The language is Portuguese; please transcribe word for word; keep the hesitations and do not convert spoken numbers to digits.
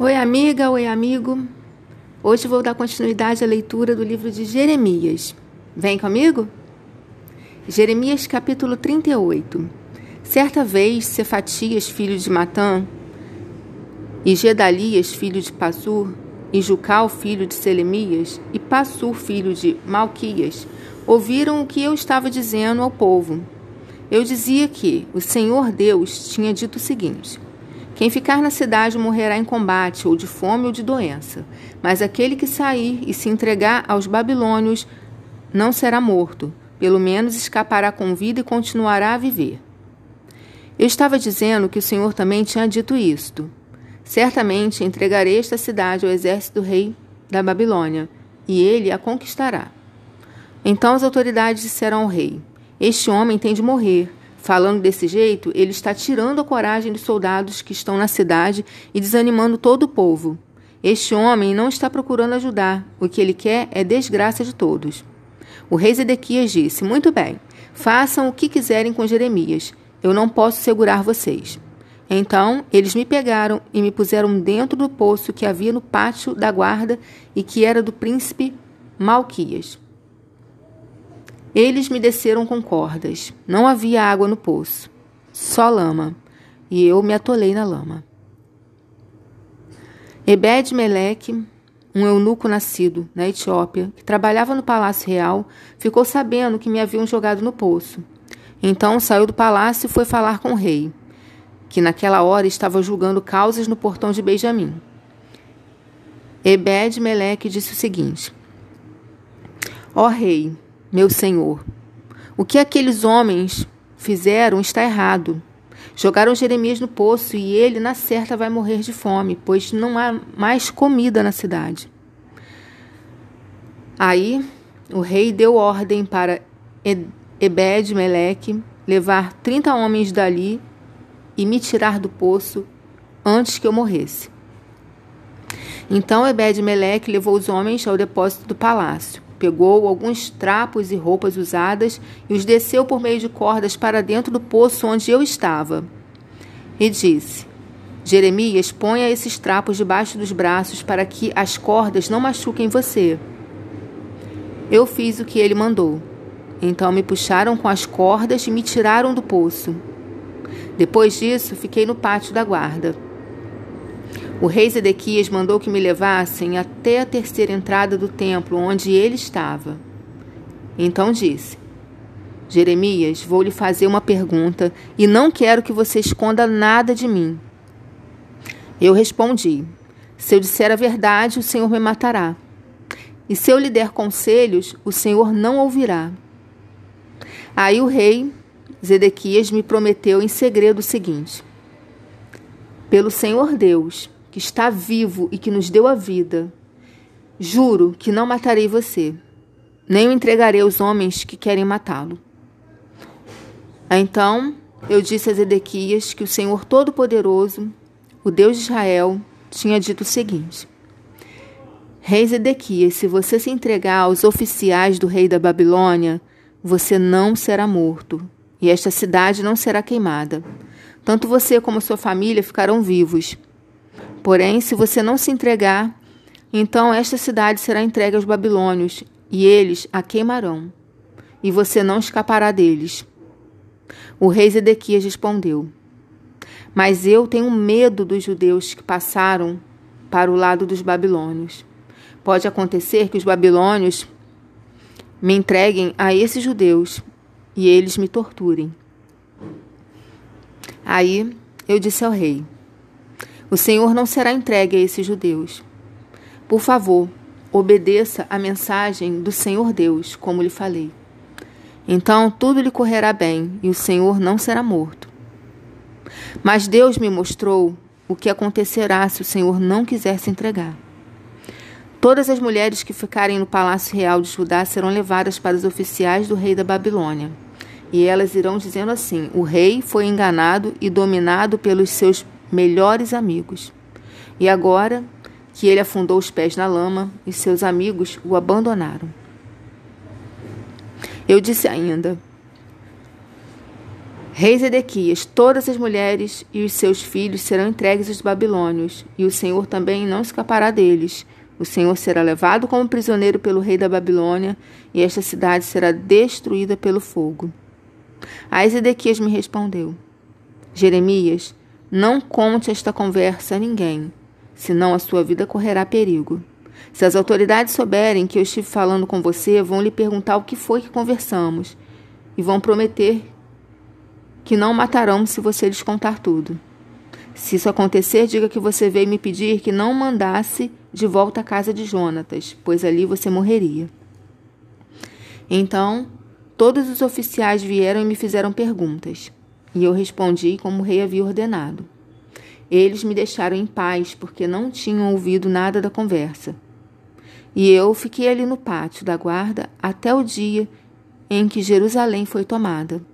Oi, amiga, oi, amigo. Hoje vou dar continuidade à leitura do livro de Jeremias. Vem comigo? Jeremias, capítulo trinta e oito. Certa vez, Cefatias, filho de Matã, e Gedalias, filho de Passur, e Jucal, filho de Selemias, e Passur, filho de Malquias, ouviram o que eu estava dizendo ao povo. Eu dizia que o Senhor Deus tinha dito o seguinte: quem ficar na cidade morrerá em combate, ou de fome ou de doença, mas aquele que sair e se entregar aos babilônios não será morto, pelo menos escapará com vida e continuará a viver. Eu estava dizendo que o Senhor também tinha dito isto: certamente entregarei esta cidade ao exército do rei da Babilônia, e ele a conquistará. Então as autoridades disseram ao rei: este homem tem de morrer. Falando desse jeito, ele está tirando a coragem dos soldados que estão na cidade e desanimando todo o povo. Este homem não está procurando ajudar. O que ele quer é desgraça de todos. O rei Zedequias disse: muito bem, façam o que quiserem com Jeremias. Eu não posso segurar vocês. Então, eles me pegaram e me puseram dentro do poço que havia no pátio da guarda e que era do príncipe Malquias. Eles me desceram com cordas. Não havia água no poço, só lama, e eu me atolei na lama. Ebed-Meleque, um eunuco nascido na Etiópia, que trabalhava no palácio real, ficou sabendo que me haviam jogado no poço. Então saiu do palácio e foi falar com o rei, que naquela hora estava julgando causas no portão de Benjamim. Ebed-Meleque disse o seguinte: ó rei, meu senhor, o que aqueles homens fizeram está errado. Jogaram Jeremias no poço e ele, na certa, vai morrer de fome, pois não há mais comida na cidade. Aí o rei deu ordem para Ebed-Meleque levar trinta homens dali e me tirar do poço antes que eu morresse. Então Ebed-Meleque levou os homens ao depósito do palácio. Pegou alguns trapos e roupas usadas e os desceu por meio de cordas para dentro do poço onde eu estava. E disse: Jeremias, ponha esses trapos debaixo dos braços para que as cordas não machuquem você. Eu fiz o que ele mandou. Então me puxaram com as cordas e me tiraram do poço. Depois disso, fiquei no pátio da guarda. O rei Zedequias mandou que me levassem até a terceira entrada do templo, onde ele estava. Então disse: Jeremias, vou lhe fazer uma pergunta e não quero que você esconda nada de mim. Eu respondi: se eu disser a verdade, o Senhor me matará. E se eu lhe der conselhos, o Senhor não ouvirá. Aí o rei Zedequias me prometeu em segredo o seguinte: pelo Senhor Deus, que está vivo e que nos deu a vida, juro que não matarei você, nem o entregarei aos homens que querem matá-lo. Então eu disse a Zedequias que o Senhor Todo-Poderoso, o Deus de Israel, tinha dito o seguinte: rei Zedequias, se você se entregar aos oficiais do rei da Babilônia, você não será morto, e esta cidade não será queimada. Tanto você como sua família ficarão vivos. Porém, se você não se entregar, então esta cidade será entregue aos babilônios, e eles a queimarão, e você não escapará deles. O rei Zedequias respondeu: mas eu tenho medo dos judeus que passaram para o lado dos babilônios. Pode acontecer que os babilônios me entreguem a esses judeus, e eles me torturem. Aí eu disse ao rei: o Senhor não será entregue a esses judeus. Por favor, obedeça a mensagem do Senhor Deus, como lhe falei. Então tudo lhe correrá bem, e o Senhor não será morto. Mas Deus me mostrou o que acontecerá se o Senhor não quiser se entregar. Todas as mulheres que ficarem no palácio real de Judá serão levadas para os oficiais do rei da Babilônia. E elas irão dizendo assim: o rei foi enganado e dominado pelos seus melhores amigos. E agora que ele afundou os pés na lama, e seus amigos o abandonaram. Eu disse ainda: Rei Zedequias, todas as mulheres e os seus filhos serão entregues aos babilônios, e o Senhor também não escapará deles. O Senhor será levado como prisioneiro pelo rei da Babilônia, e esta cidade será destruída pelo fogo. Aí Zedequias me respondeu: Jeremias, não conte esta conversa a ninguém, senão a sua vida correrá perigo. Se as autoridades souberem que eu estive falando com você, vão lhe perguntar o que foi que conversamos, e vão prometer que não matarão se você lhes contar tudo. Se isso acontecer, diga que você veio me pedir que não mandasse de volta à casa de Jonatas, pois ali você morreria. Então, todos os oficiais vieram e me fizeram perguntas, e eu respondi como o rei havia ordenado. Eles me deixaram em paz, porque não tinham ouvido nada da conversa. E eu fiquei ali no pátio da guarda até o dia em que Jerusalém foi tomada.